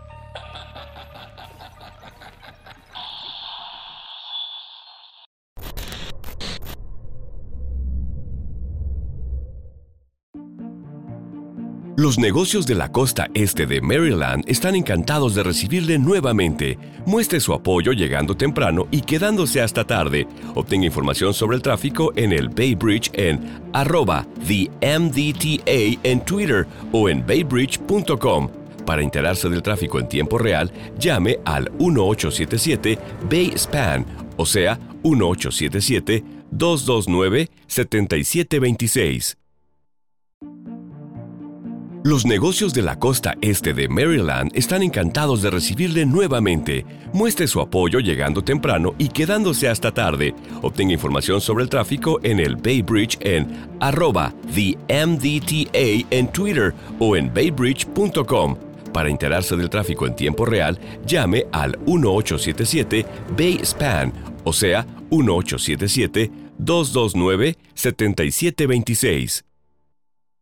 Los negocios de la costa este de Maryland están encantados de recibirle nuevamente. Muestre su apoyo llegando temprano y quedándose hasta tarde. Obtenga información sobre el tráfico en el Bay Bridge en arroba the M D T A en Twitter o en baybridge punto com. Para enterarse del tráfico en tiempo real, llame al uno ocho siete siete Bay S P A N, o sea, uno ocho siete siete, dos dos nueve, siete siete dos seis. Los negocios de la costa este de Maryland están encantados de recibirle nuevamente. Muestre su apoyo llegando temprano y quedándose hasta tarde. Obtenga información sobre el tráfico en el Bay Bridge en arroba the M D T A en Twitter o en baybridge punto com. Para enterarse del tráfico en tiempo real, llame al uno ocho siete siete Bay S P A N, o sea, uno ocho siete siete, dos dos nueve, siete siete dos seis.